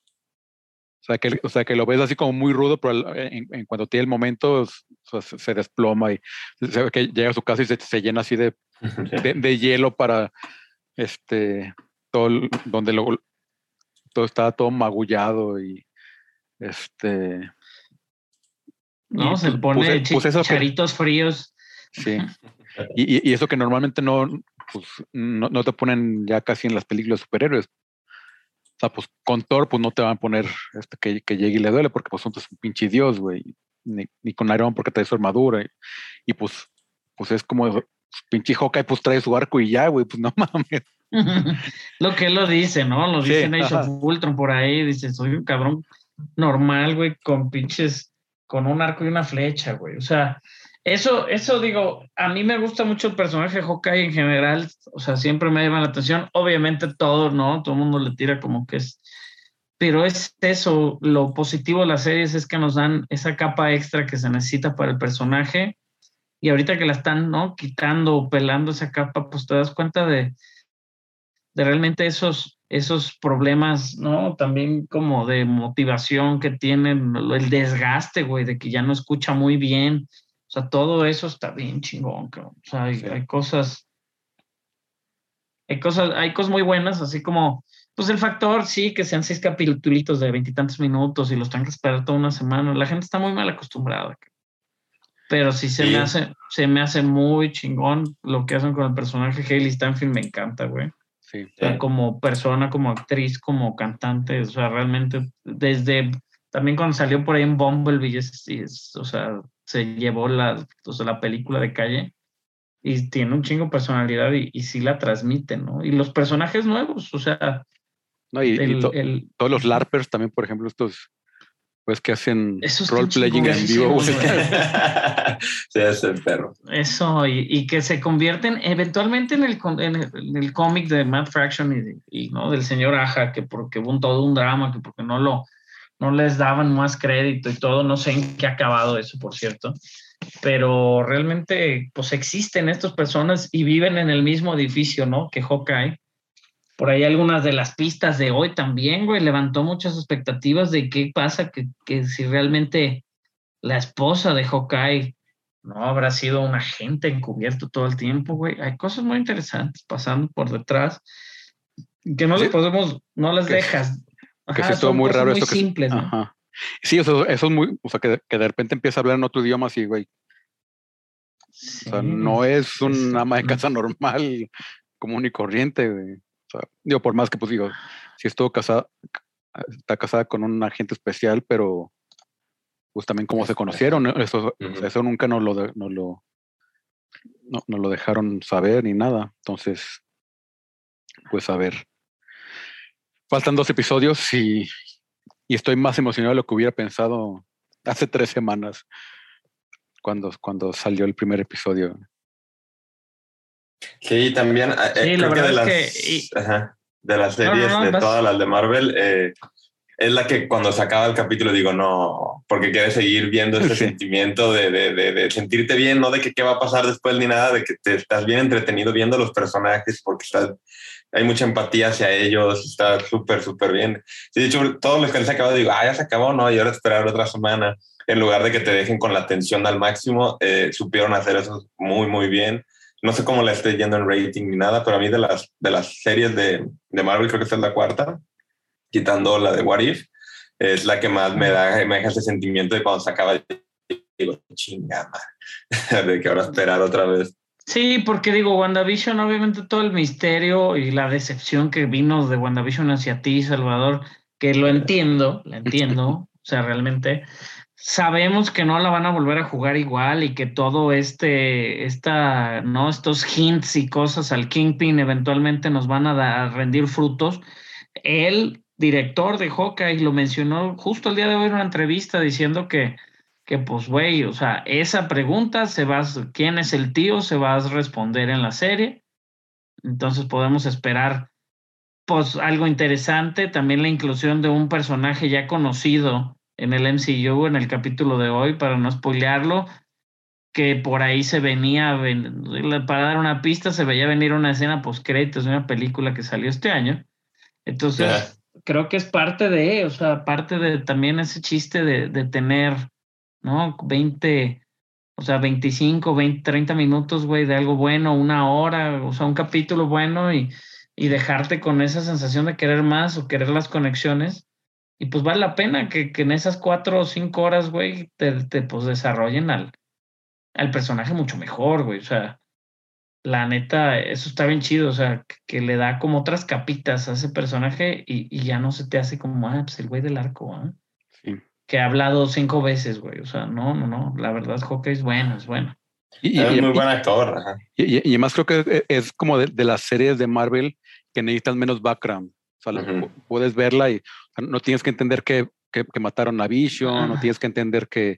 O sea, que lo ves así como muy rudo, pero en cuanto tiene el momento se desploma y se ve que llega a su casa y se llena así de hielo para todo donde todo está todo magullado y no, se pone charitos fríos. Sí. Y eso que normalmente no te ponen ya casi en las películas de superhéroes. O sea, pues con Thor, pues no te van a poner que llegue y le duele, porque pues es un pinche dios, güey. Ni con Iron Man porque trae su armadura. Y pues es como pinche Hawkeye, pues trae su arco y ya, güey, pues no mames. Lo que él lo dice, ¿no? Lo dice en Age of Ultron por ahí, dice, soy un cabrón normal, güey, con un arco y una flecha, güey. O sea, eso digo, a mí me gusta mucho el personaje de Hawkeye en general, o sea, siempre me llama la atención. Obviamente todo, ¿no? Todo el mundo le tira como que es, pero es eso, lo positivo de las series es que nos dan esa capa extra que se necesita para el personaje, y ahorita que la están, ¿no? Quitando o pelando esa capa, pues te das cuenta de realmente esos problemas, ¿no? También como de motivación que tienen, el desgaste, güey, de que ya no escucha muy bien. O sea, todo eso está bien chingón, cabrón. O sea, hay cosas muy buenas, así como, pues el factor, sí, que sean 6 capítulos de 20 y tantos minutos y los tengan que esperar toda una semana. La gente está muy mal acostumbrada. Pero sí se me hace muy chingón lo que hacen con el personaje. Hailey Steinfeld me encanta, güey. Sí. O sea, como persona, como actriz, como cantante, o sea, realmente desde también cuando salió por ahí en Bumblebee, o sea, se llevó la película de calle y tiene un chingo de personalidad y sí la transmite, ¿no? Y los personajes nuevos, o sea, no, todos los LARPers también, por ejemplo, estos pues que hacen role-playing en vivo, güey. Sí, es el perro. Eso, y que se convierten eventualmente en el cómic de Matt Fraction y ¿no? del señor Aja, que porque hubo todo un drama, que porque no les daban más crédito y todo, no sé en qué ha acabado eso, por cierto, pero realmente pues existen estas personas y viven en el mismo edificio, ¿no? Que Hawkeye. Por ahí algunas de las pistas de hoy también, güey, levantó muchas expectativas de qué pasa, que si realmente la esposa de Hawkeye no habrá sido un agente encubierto todo el tiempo, güey. Hay cosas muy interesantes pasando por detrás que no no las dejas. Que sí estuvo muy raro muy esto que simples, ¿no? Ajá. Sí, eso es muy, o sea, que de repente empieza a hablar en otro idioma así, güey. Sí, o sea, no es una ama de casa normal, común y corriente, güey. O sea, digo, por más que, pues digo, sí está casada con un agente especial, pero pues también cómo se conocieron, eso nunca nos lo dejaron saber ni nada. Entonces, pues a ver. Faltan 2 episodios y estoy más emocionado de lo que hubiera pensado hace 3 semanas cuando salió el primer episodio. Sí, también creo que de las series, de todas las de Marvel, es la que cuando se acaba el capítulo digo no, porque quieres seguir viendo ese sentimiento de sentirte bien, no de que qué va a pasar después ni nada, de que te estás bien entretenido viendo los personajes porque hay mucha empatía hacia ellos, está súper, súper bien. Sí, de hecho, todos los que han acabado digo, ya se acabó, ¿no? Y ahora esperar otra semana. En lugar de que te dejen con la tensión al máximo, supieron hacer eso muy, muy bien. No sé cómo la esté yendo en rating ni nada, pero a mí de las series de Marvel, creo que esta es la 4ª, quitando la de What If, es la que más me deja ese sentimiento de cuando se acaba, digo, chingada, de que ahora esperar otra vez. Sí, porque digo, WandaVision, obviamente todo el misterio y la decepción que vino de WandaVision hacia ti, Salvador, que la entiendo, o sea, realmente sabemos que no la van a volver a jugar igual y que todo ¿no? Estos hints y cosas al Kingpin eventualmente nos van a rendir frutos. El director de Hawkeye lo mencionó justo el día de hoy en una entrevista diciendo que pues, güey, o sea, esa pregunta ¿quién es el tío? Se va a responder en la serie. Entonces podemos esperar, pues, algo interesante. También la inclusión de un personaje ya conocido en el MCU en el capítulo de hoy, para no spoilearlo, que por ahí se venía, para dar una pista, se veía venir una escena post-créditos de una película que salió este año. Entonces, creo que es parte de también ese chiste de tener, ¿no? 25, 20, 30 minutos, güey, de algo bueno, 1 hora, o sea, un capítulo bueno y dejarte con esa sensación de querer más o querer las conexiones. Y pues vale la pena que en esas 4 o 5 horas, güey, te pues desarrollen al personaje mucho mejor, güey. O sea, la neta, eso está bien chido, o sea, que le da como otras capitas a ese personaje y ya no se te hace como, pues el güey del arco, ¿eh? Sí. Que ha hablado 5 veces, güey, o sea, no, la verdad Hawkeye es bueno, es bueno. Es muy buen actor. Ajá. Y además creo que es como de las series de Marvel que necesitan menos background. O sea, puedes verla y no tienes que entender que mataron a Vision, no tienes que entender que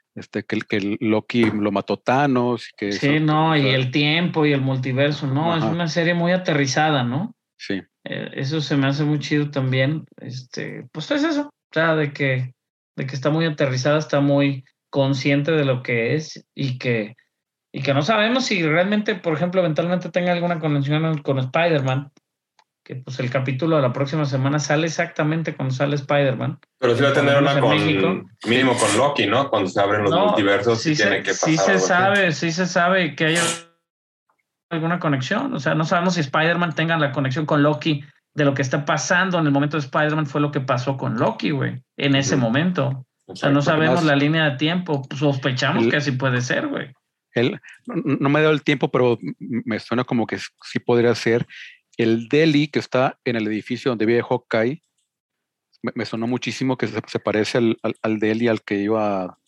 Loki lo mató Thanos. Que sí, eso, no, y el tiempo y el multiverso, ¿no? Ajá. Es una serie muy aterrizada, ¿no? Sí. Eso se me hace muy chido también. Pues es eso, o sea, de que está muy aterrizada, está muy consciente de lo que es y que no sabemos si realmente, por ejemplo, eventualmente tenga alguna conexión con Spider-Man, que pues el capítulo de la próxima semana sale exactamente cuando sale Spider-Man. Pero sí va a tener una mínimo con Loki, ¿no? Cuando se abren los multiversos sí tiene que pasar. Sí se sabe que hay alguna conexión, o sea, no sabemos si Spider-Man tenga la conexión con Loki de lo que está pasando en el momento de Spider-Man fue lo que pasó con Loki, güey, en ese momento. O sea, no sabemos la línea de tiempo, sospechamos que así puede ser, güey. No me he dado el tiempo, pero me suena como que sí podría ser. El deli que está en el edificio donde vive Hawkeye, me sonó muchísimo que se parece al deli al que iba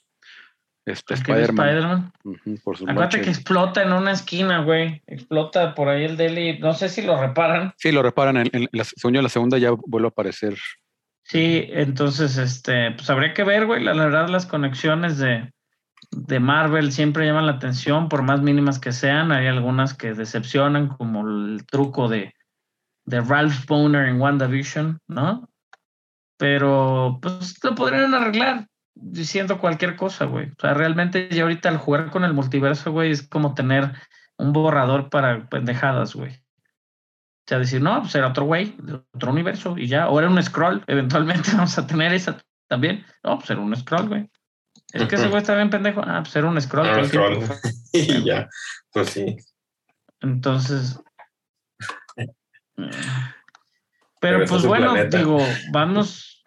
Spider-Man. Acuérdate que explota en una esquina, güey. Explota por ahí el deli. No sé si lo reparan. Sí, lo reparan. En la segunda ya vuelve a aparecer. Sí, entonces, pues habría que ver, güey. La verdad, las conexiones de Marvel siempre llaman la atención, por más mínimas que sean. Hay algunas que decepcionan, como el truco de Ralph Boner en WandaVision, ¿no? Pero pues lo podrían arreglar diciendo cualquier cosa, güey. O sea, realmente ya ahorita al jugar con el multiverso, güey, es como tener un borrador para pendejadas, güey. O sea, decir, no, pues era otro güey, de otro universo, y ya. O era un scroll, eventualmente vamos a tener esa también. No, pues era un scroll, güey. Es que ese güey está bien pendejo. Pues era un scroll. Un scroll. Y ya, pues sí. Entonces... Pero pues bueno, planeta. Digo, vamos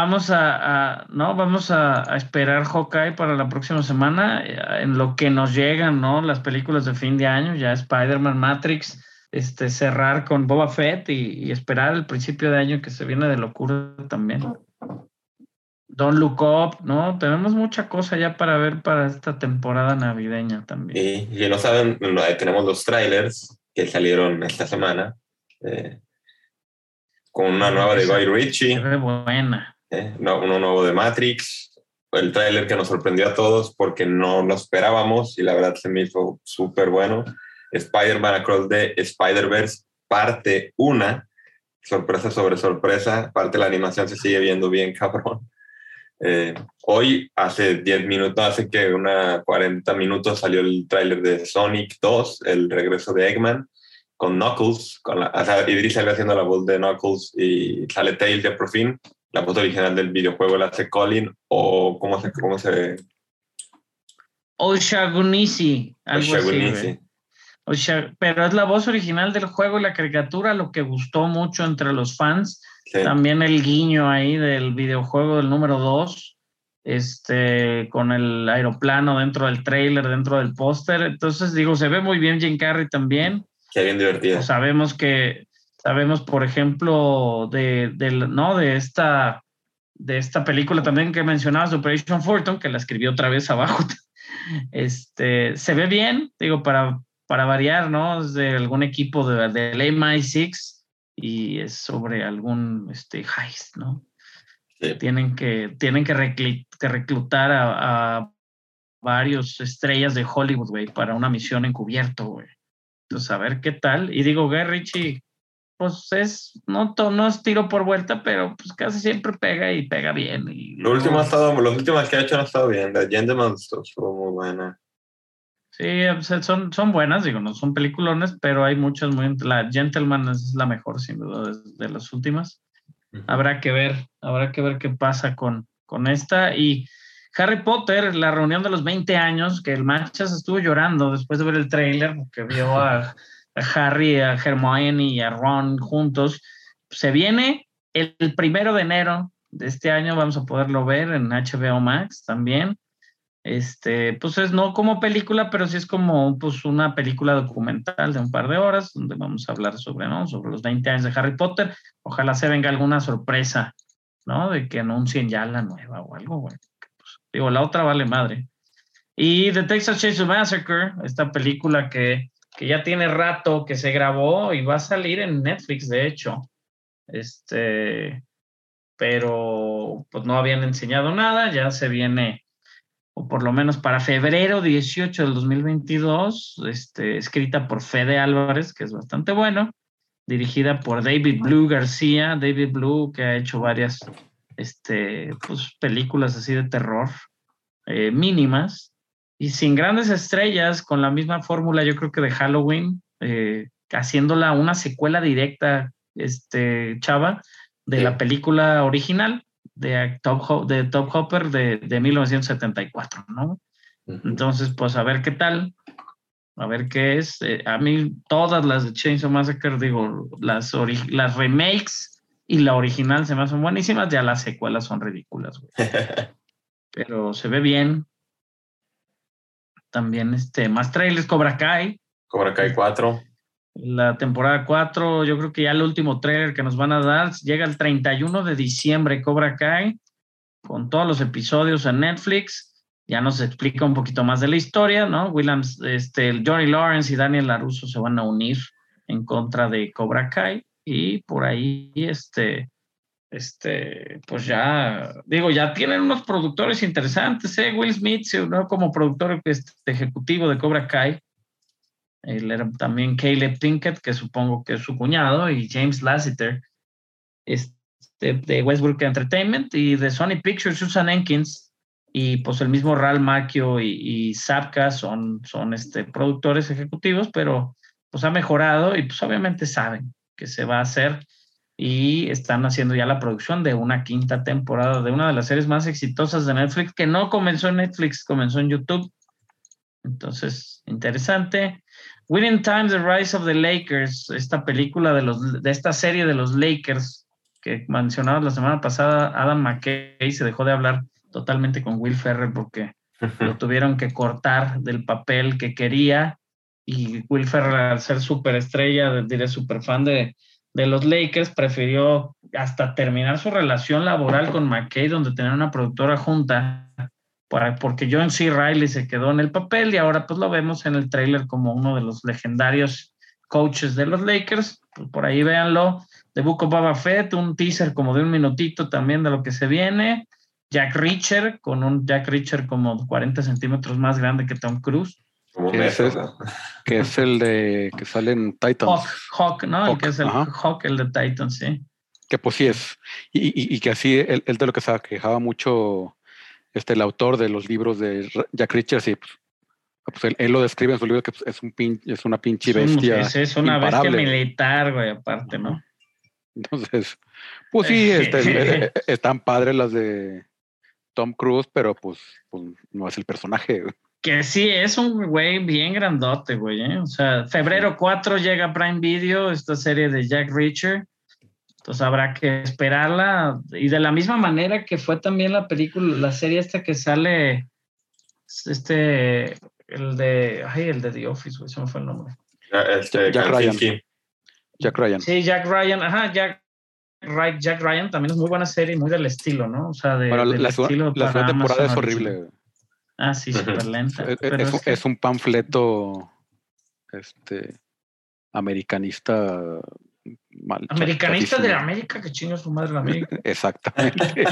a esperar Hawkeye para la próxima semana, en lo que nos llegan, ¿no? Las películas de fin de año, ya Spider-Man, Matrix, cerrar con Boba Fett y esperar el principio de año que se viene de locura también. Don't Look Up, ¿no? Tenemos mucha cosa ya para ver para esta temporada navideña también. Y no saben, tenemos los trailers que salieron esta semana. Con una nueva de Guy Ritchie. Se ve buena. Uno nuevo de Matrix. El tráiler que nos sorprendió a todos porque no lo esperábamos y la verdad se me hizo súper bueno. Spider-Man Across the Spider-Verse, parte 1. Sorpresa sobre sorpresa. Parte de la animación se sigue viendo bien, cabrón. Hoy, hace 10 minutos, hace que 40 minutos salió el tráiler de Sonic 2, el regreso de Eggman, con Knuckles, Idris Elba haciendo la voz de Knuckles y sale Tails ya por fin. La voz original del videojuego la hace Colin, o ¿cómo se? Oshagunisi, algo así. Pero es la voz original del juego y la caricatura, lo que gustó mucho entre los fans. Sí. También el guiño ahí del videojuego del número 2, con el aeroplano dentro del tráiler, dentro del póster. Entonces, digo, se ve muy bien Jim Carrey también. Qué bien divertido. Pues sabemos, por ejemplo, de esta película también que mencionabas, Operation Fortune, que la escribió otra vez abajo. Se ve bien, digo, para variar, ¿no? Es de algún equipo del MI6 y es sobre algún heist, ¿no? Sí. Tienen que reclutar a varios estrellas de Hollywood, güey, para una misión encubierto, güey. Entonces, a ver qué tal. Y digo, Guy Ritchie, pues no es tiro por vuelta, pero pues casi siempre pega y pega bien. Los últimos que ha hecho han estado bien. La Gentleman estuvo muy buena. Sí, son buenas, digo, no son peliculones, pero hay muchas muy... La Gentleman es la mejor, sin duda, de las últimas. Uh-huh. Habrá que ver qué pasa con esta. Y Harry Potter, la reunión de los 20 años, que el Machas estuvo llorando después de ver el tráiler, porque vio a Harry, a Hermione y a Ron juntos. Se viene el 1 de enero de este año, vamos a poderlo ver en HBO Max también. Pues es no como película, pero sí es como pues una película documental de un par de horas, donde vamos a hablar sobre los 20 años de Harry Potter. Ojalá se venga alguna sorpresa, ¿no? De que anuncien ya la nueva o algo, güey. Pues, digo, la otra vale madre. Y The Texas Chainsaw Massacre, esta película que ya tiene rato que se grabó y va a salir en Netflix, de hecho. Pero pues no habían enseñado nada, ya se viene, o por lo menos para febrero 18 del 2022, escrita por Fede Álvarez, que es bastante bueno, dirigida por David Blue García, David Blue, que ha hecho varias pues, películas así de terror, mínimas, y sin grandes estrellas, con la misma fórmula, yo creo que de Halloween, haciéndola una secuela directa, Chava, de la película original de Top Hopper de 1974, ¿no? Entonces, pues a ver qué tal, a ver qué es. A mí todas las de Chainsaw Massacre, digo, las remakes y la original se me hacen buenísimas, ya las secuelas son ridículas, güey. Pero se ve bien. También más trailers, Cobra Kai 4. La temporada 4, yo creo que ya el último trailer que nos van a dar llega el 31 de diciembre, Cobra Kai, con todos los episodios en Netflix. Ya nos explica un poquito más de la historia, ¿no? Johnny Lawrence y Daniel LaRusso se van a unir en contra de Cobra Kai y por ahí, pues ya, digo, ya tienen unos productores interesantes, Will Smith se unió como productor ejecutivo de Cobra Kai. Él era también Caleb Pinkett, que supongo que es su cuñado, y James Lasseter, de Westbrook Entertainment, y de Sony Pictures, Susan Enkins, y pues el mismo Ralph Macchio y Zapka son productores ejecutivos, pero pues ha mejorado y pues obviamente saben que se va a hacer y están haciendo ya la producción de una 5ª temporada de una de las series más exitosas de Netflix, que no comenzó en Netflix, comenzó en YouTube. Entonces, interesante. Winning Time, The Rise of the Lakers, esta película de esta serie de los Lakers que mencionaba la semana pasada, Adam McKay se dejó de hablar totalmente con Will Ferrell porque lo tuvieron que cortar del papel que quería, y Will Ferrell, al ser superestrella, diré super fan de los Lakers, prefirió hasta terminar su relación laboral con McKay, donde tenía una productora junta, porque John C. Reilly se quedó en el papel y ahora pues lo vemos en el tráiler como uno de los legendarios coaches de los Lakers. Pues por ahí véanlo. The Book of Boba Fett, un teaser como de 1 minutito también de lo que se viene. Jack Reacher, con un Jack Reacher como 40 centímetros más grande que Tom Cruise. Que es el de que sale en Titans. Hawk, ¿no? El que es el Hawk, el de Titans, sí. Que pues sí es. Y que así, él de lo que se quejaba mucho el autor de los libros de Jack Reacher, sí, pues él lo describe en su libro que es una pinche bestia. Es una bestia militar, güey, aparte, ¿no? Entonces, pues sí, están padres las de Tom Cruise, pero pues no es el personaje. Que sí, es un güey bien grandote, güey, ¿eh? O sea, febrero 4 llega Prime Video, esta serie de Jack Reacher. Entonces habrá que esperarla. Y de la misma manera que fue también la película, la serie esta que sale, el de The Office, güey, se me fue el nombre. Jack Ryan. Jack Ryan. Sí, Jack Ryan, Jack Ryan también es muy buena serie, muy del estilo, ¿no? O sea, la segunda temporada es horrible. Ah, sí, súper lenta. Es un panfleto americanista. Americanista de América, que chinga su madre la América. Exactamente.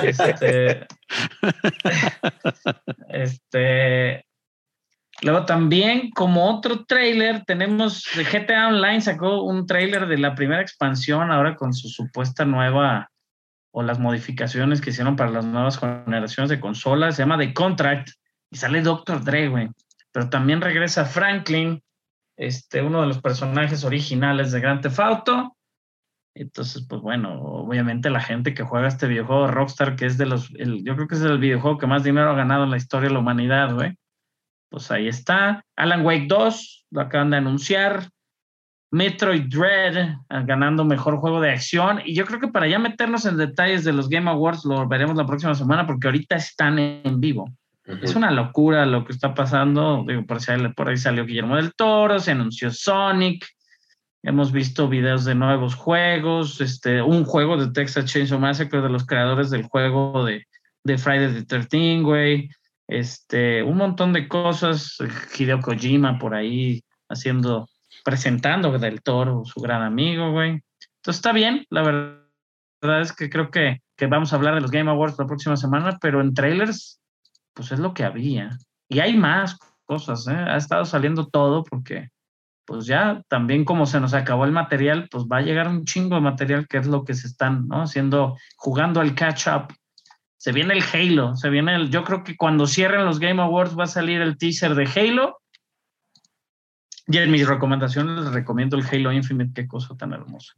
Luego también, como otro tráiler, tenemos GTA Online sacó un tráiler de la primera expansión ahora con su supuesta nueva, o las modificaciones que hicieron para las nuevas generaciones de consolas. Se llama The Contract y sale Dr. Dre, güey. Pero también regresa Franklin, uno de los personajes originales de Grand Theft Auto. Entonces, pues bueno, obviamente la gente que juega este videojuego Rockstar, que es yo creo que es el videojuego que más dinero ha ganado en la historia de la humanidad, güey. Pues ahí está. Alan Wake 2, lo acaban de anunciar. Metroid Dread, ganando mejor juego de acción. Y yo creo que para ya meternos en detalles de los Game Awards, lo veremos la próxima semana, porque ahorita están en vivo. Es una locura lo que está pasando. Digo, por ahí salió Guillermo del Toro, se anunció Sonic. Hemos visto videos de nuevos juegos, un juego de Texas Chainsaw Massacre de los creadores del juego de Friday the 13th, güey. Un montón de cosas. Hideo Kojima por ahí presentando del Toro, su gran amigo, güey. Entonces está bien, la verdad es que creo que vamos a hablar de los Game Awards la próxima semana, pero en trailers, pues es lo que había. Y hay más cosas, ¿eh? Ha estado saliendo todo porque pues ya también como se nos acabó el material, pues va a llegar un chingo de material que es lo que se están, ¿no? Jugando al catch-up. Se viene el Halo, yo creo que cuando cierren los Game Awards va a salir el teaser de Halo. Y en mis recomendaciones les recomiendo el Halo Infinite, qué cosa tan hermosa.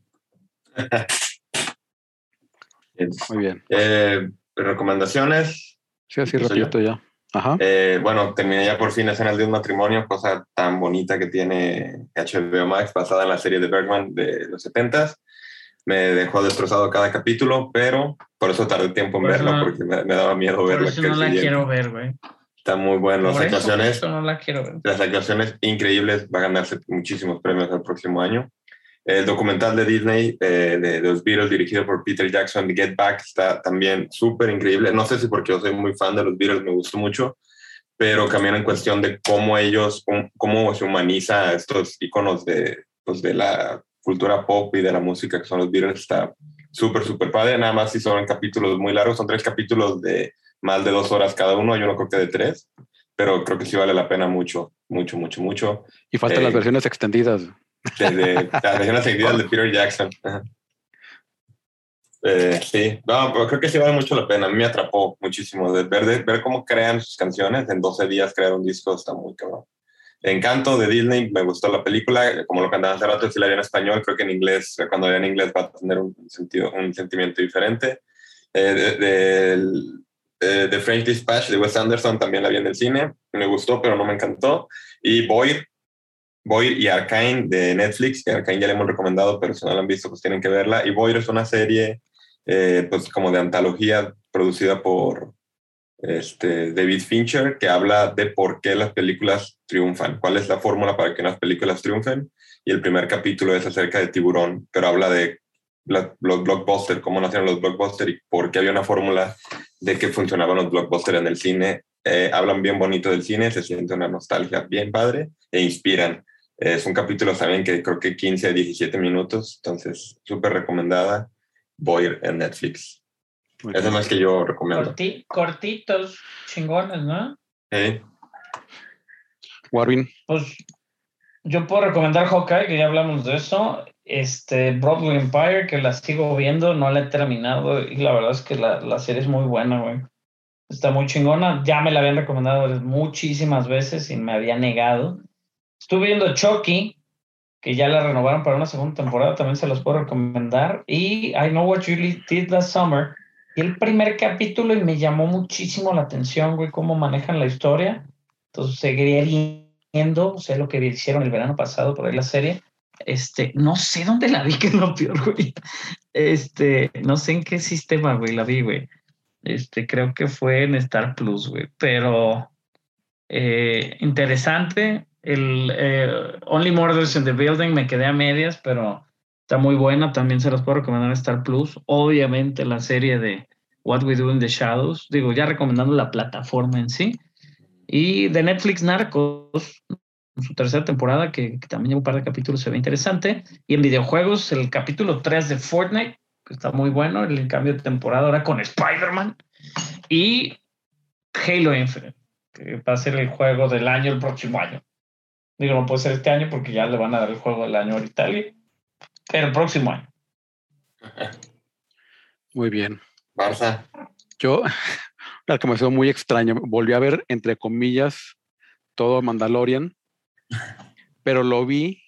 Muy bien. ¿Recomendaciones? Sí, así rapidito ya. Ajá. Bueno, terminé ya por fin Escenas de un matrimonio, cosa tan bonita que tiene HBO Max, basada en la serie de Bergman de los 70s. Me dejó destrozado cada capítulo, pero por eso tardé tiempo en verla, porque me daba miedo verla. Por eso no la quiero ver, güey. Está muy bueno. Por eso no la quiero ver. Las actuaciones increíbles, va a ganarse muchísimos premios el próximo año. El documental de Disney de los Beatles, dirigido por Peter Jackson, Get Back, está también súper increíble. No sé si porque yo soy muy fan de los Beatles, me gustó mucho, pero también en cuestión de cómo se humaniza a estos íconos de la cultura pop y de la música que son los Beatles, está súper, súper padre. Nada más si son capítulos muy largos, son 3 capítulos de más de 2 horas cada uno, hay uno creo que de 3, pero creo que sí vale la pena mucho, mucho, mucho, mucho. Y faltan las versiones extendidas. Las versiones extendidas de Peter Jackson. Sí, no, pero creo que sí vale mucho la pena. A mí me atrapó muchísimo de ver cómo crean sus canciones. En 12 días crear un disco está muy cabrón. Encanto de Disney, me gustó la película, como lo cantaba hace rato, si la vi en español, creo que en inglés, cuando la vi en inglés va a tener un sentimiento diferente. The French Dispatch de Wes Anderson también la vi en el cine, me gustó, pero no me encantó. Y Boyd y Arcane de Netflix, que Arcane ya le hemos recomendado, pero si no la han visto, pues tienen que verla. Y Boyd es una serie, pues como de antología producida por David Fincher, que habla de por qué las películas triunfan, cuál es la fórmula para que las películas triunfen. Y el primer capítulo es acerca de Tiburón, pero habla de los blockbusters, cómo nacieron los blockbusters y por qué había una fórmula de que funcionaban los blockbusters en el cine. Hablan bien bonito del cine, se siente una nostalgia bien padre e inspiran. Es un capítulo también que creo que 15 a 17 minutos, entonces súper recomendada. Voy en Netflix. Eso es más que yo recomiendo. Cortitos, chingones, ¿no? Warvin. Pues yo puedo recomendar Hawkeye, que ya hablamos de eso. Broadway Empire, que la sigo viendo, no la he terminado y la verdad es que la serie es muy buena, güey. Está muy chingona. Ya me la habían recomendado muchísimas veces y me había negado. Estuve viendo Chucky, que ya la renovaron para una segunda temporada, también se los puedo recomendar. Y I Know What You Did Last Summer. Y el primer capítulo y me llamó muchísimo la atención, güey, cómo manejan la historia. Entonces seguiré viendo, sé lo que hicieron el verano pasado por ahí la serie. No sé dónde la vi, que es lo peor, güey. No sé en qué sistema, güey, la vi, güey. Creo que fue en Star Plus, güey. Pero interesante. Only Murders in the Building me quedé a medias, pero está muy buena. También se los puedo recomendar en Star Plus. Obviamente la serie de What We Do in the Shadows. Digo, ya recomendando la plataforma en sí. Y de Netflix, Narcos, en su tercera temporada, que también lleva un par de capítulos, se ve interesante. Y en videojuegos, el capítulo 3 de Fortnite, que está muy bueno, el cambio de temporada ahora con Spider-Man. Y Halo Infinite, que va a ser el juego del año el próximo año. Digo, no puede ser este año porque ya le van a dar el juego del año ahorita, pero el próximo año. Muy bien. Barça. Yo, la que me hizo muy extraño, volví a ver, entre comillas, todo Mandalorian, pero lo vi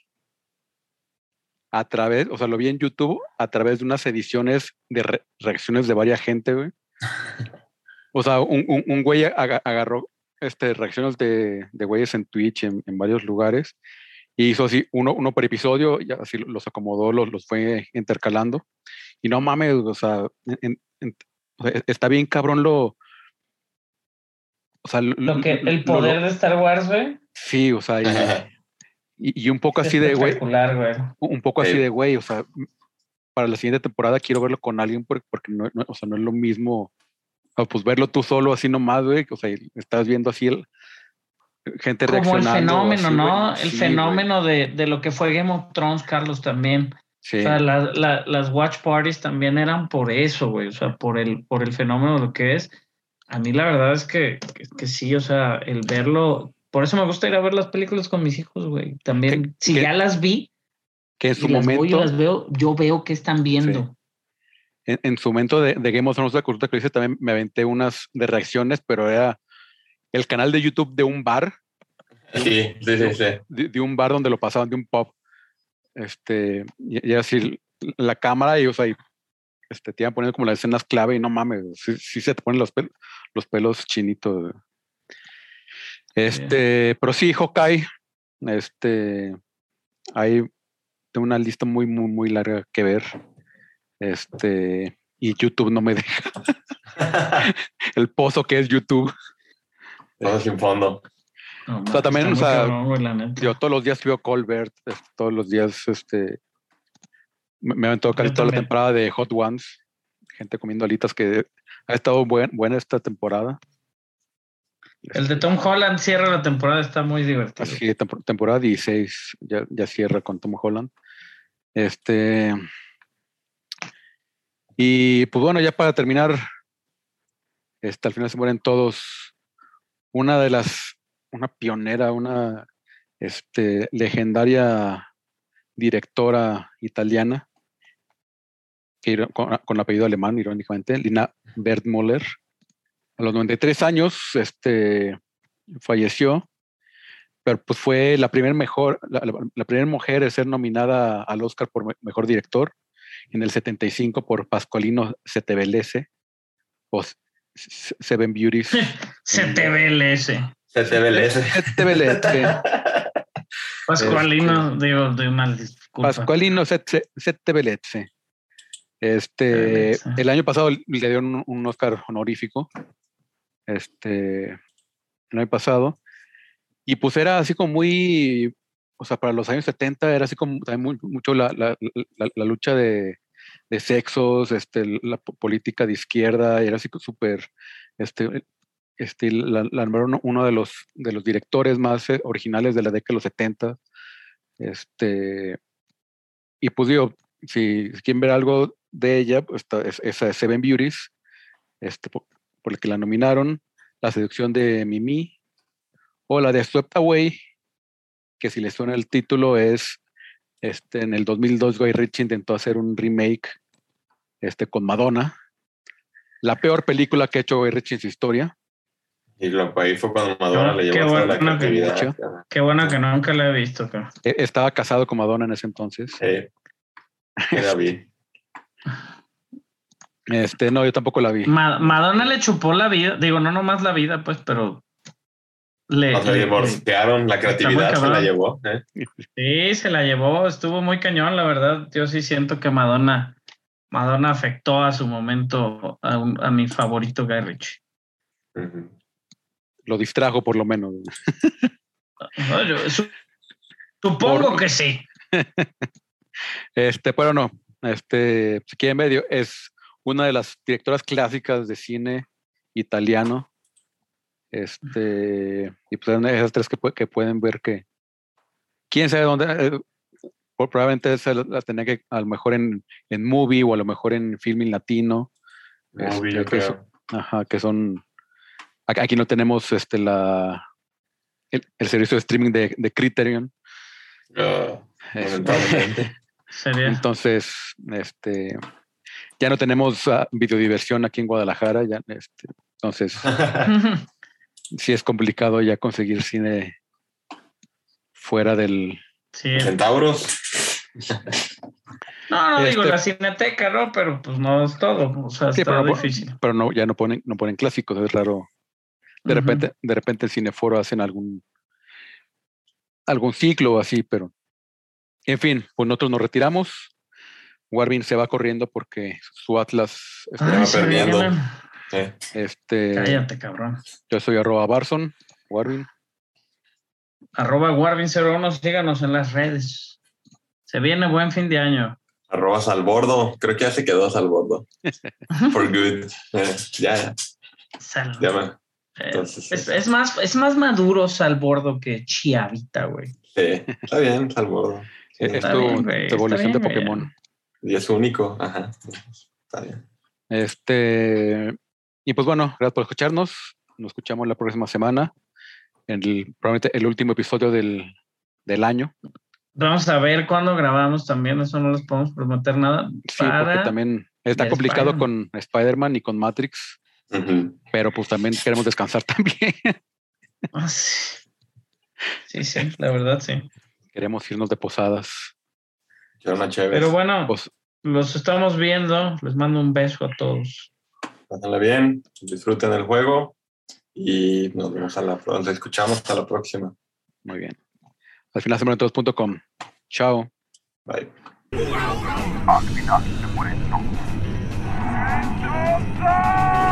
lo vi en YouTube a través de unas ediciones de reacciones de varias gente, güey. O sea, un güey agarró reacciones de güeyes en Twitch, en varios lugares, y hizo así uno por episodio, y así los acomodó, los fue intercalando. Y no mames, o sea, está bien cabrón O sea, el poder de Star Wars, güey. Sí, o sea, y un poco así de, güey. Un poco así de, güey, o sea, para la siguiente temporada quiero verlo con alguien porque no, o sea, no es lo mismo, pues verlo tú solo así nomás, güey, o sea, estás viendo así gente como reaccionando. Como el fenómeno, así, ¿no? güey. El fenómeno de lo que fue Game of Thrones, Carlos, también. Sí. O sea, las watch parties también eran por eso, güey, o sea, por el fenómeno de lo que es. A mí la verdad es que sí, o sea, el verlo, por eso me gusta ir a ver las películas con mis hijos, güey. También, si ya las vi, que en su momento las veo, yo veo que están viendo. Sí. En su momento de Game of Thrones, la cultura que hice, también me aventé unas de reacciones, pero era el canal de YouTube de un bar. Sí. De un bar donde lo pasaban, de un pub. Y así la cámara, y o sea, te iban poniendo como las escenas clave y no mames, sí se te ponen los pelos chinitos. Pero sí, Hawkeye, hay una lista muy, muy, muy larga que ver. Y YouTube no me deja. El pozo que es YouTube. Todo sin fondo. No, o sea, también, o sea, cabrón, yo todos los días veo Colbert, todos los días, me aventó casi toda la temporada de Hot Ones, gente comiendo alitas, que ha estado buena esta temporada. El de Tom Holland cierra la temporada, está muy divertido. Así, temporada 16 ya cierra con Tom Holland. Y pues bueno, ya para terminar, al final se mueren todos. Una pionera, una legendaria directora italiana, con apellido alemán, irónicamente, Lina Wertmüller. A los 93 años falleció, pero pues fue la primera mujer en ser nominada al Oscar por mejor director, en el 75 por Pasqualino Settebelleze, o Seven Beauties. Settebelleze. Pasqualino, digo, de una disculpa. Pasqualino Settebelleze. El año pasado le dieron un Oscar honorífico. El año pasado. Y pues era así como muy, o sea, para los años 70 era así como también mucho la lucha de sexos, la política de izquierda, era así súper, la nombraron uno de los directores más originales de la década de los 70. Y pues digo, si quieren ver algo de ella, pues esa es Seven Beauties, por la que la nominaron, La seducción de Mimi, o la de Swept Away, que si les suena el título es, en el 2002 Guy Ritchie intentó hacer un remake con Madonna, la peor película que ha hecho Guy Ritchie en su historia. Y ahí fue cuando Madonna le llevó toda la creatividad. Qué bueno que nunca la he visto. Estaba casado con Madonna en ese entonces. La vi. No, yo tampoco la vi. Madonna le chupó la vida, digo, no nomás la vida, pues, pero se divorciaron, la creatividad se la llevó. Sí, se la llevó, estuvo muy cañón, la verdad. Yo sí siento que Madonna afectó a su momento a mi favorito Guy Ritchie. Uh-huh. Lo distrajo por lo menos. No, yo supongo que sí. Pero no, si quieren ver, es una de las directoras clásicas de cine italiano. Y pues esas tres que pueden ver, que quién sabe dónde, probablemente esa la tenía que a lo mejor en Movie, o a lo mejor en Filmin Latino. Movie, yo creo. Que son, aquí no tenemos el servicio de streaming de Criterion. Entonces, ya no tenemos videodiversión aquí en Guadalajara, ya, entonces sí es complicado ya conseguir cine fuera del Centauros. No, digo la Cineteca, ¿no? Pero pues no es todo, o sea, sí, está difícil. Pero ya no ponen clásicos, es raro. De repente en Cineforo hacen algún ciclo así, pero en fin, pues nosotros nos retiramos. Warvin se va corriendo porque su Atlas está perdiendo. Cállate, cabrón. Yo soy @Barson, Warvin. @Warvin01, síganos en las redes. Se viene buen fin de año. @Salbordo, creo que ya se quedó Salbordo. For good. Ya. Entonces, es más maduro Salbordo que Chiavita, güey. Sí, está bien, Salbordo. Sí, es tu evolución de Pokémon. Bien. Y es único, ajá. Está bien. Y pues bueno, gracias por escucharnos. Nos escuchamos la próxima semana. Probablemente el último episodio del año. Vamos a ver cuándo grabamos también, eso no les podemos prometer nada. Sí, porque también está complicado con Spider-Man y con Matrix, pero pues también queremos descansar también. Sí, la verdad sí. Queremos irnos de posadas. Pero bueno, pues, los estamos viendo, les mando un beso a todos. Pásenla bien, disfruten el juego y nos vemos nos escuchamos hasta la próxima. Muy bien. Al final semana2.com. Chao. Bye. Al final se mueren todos.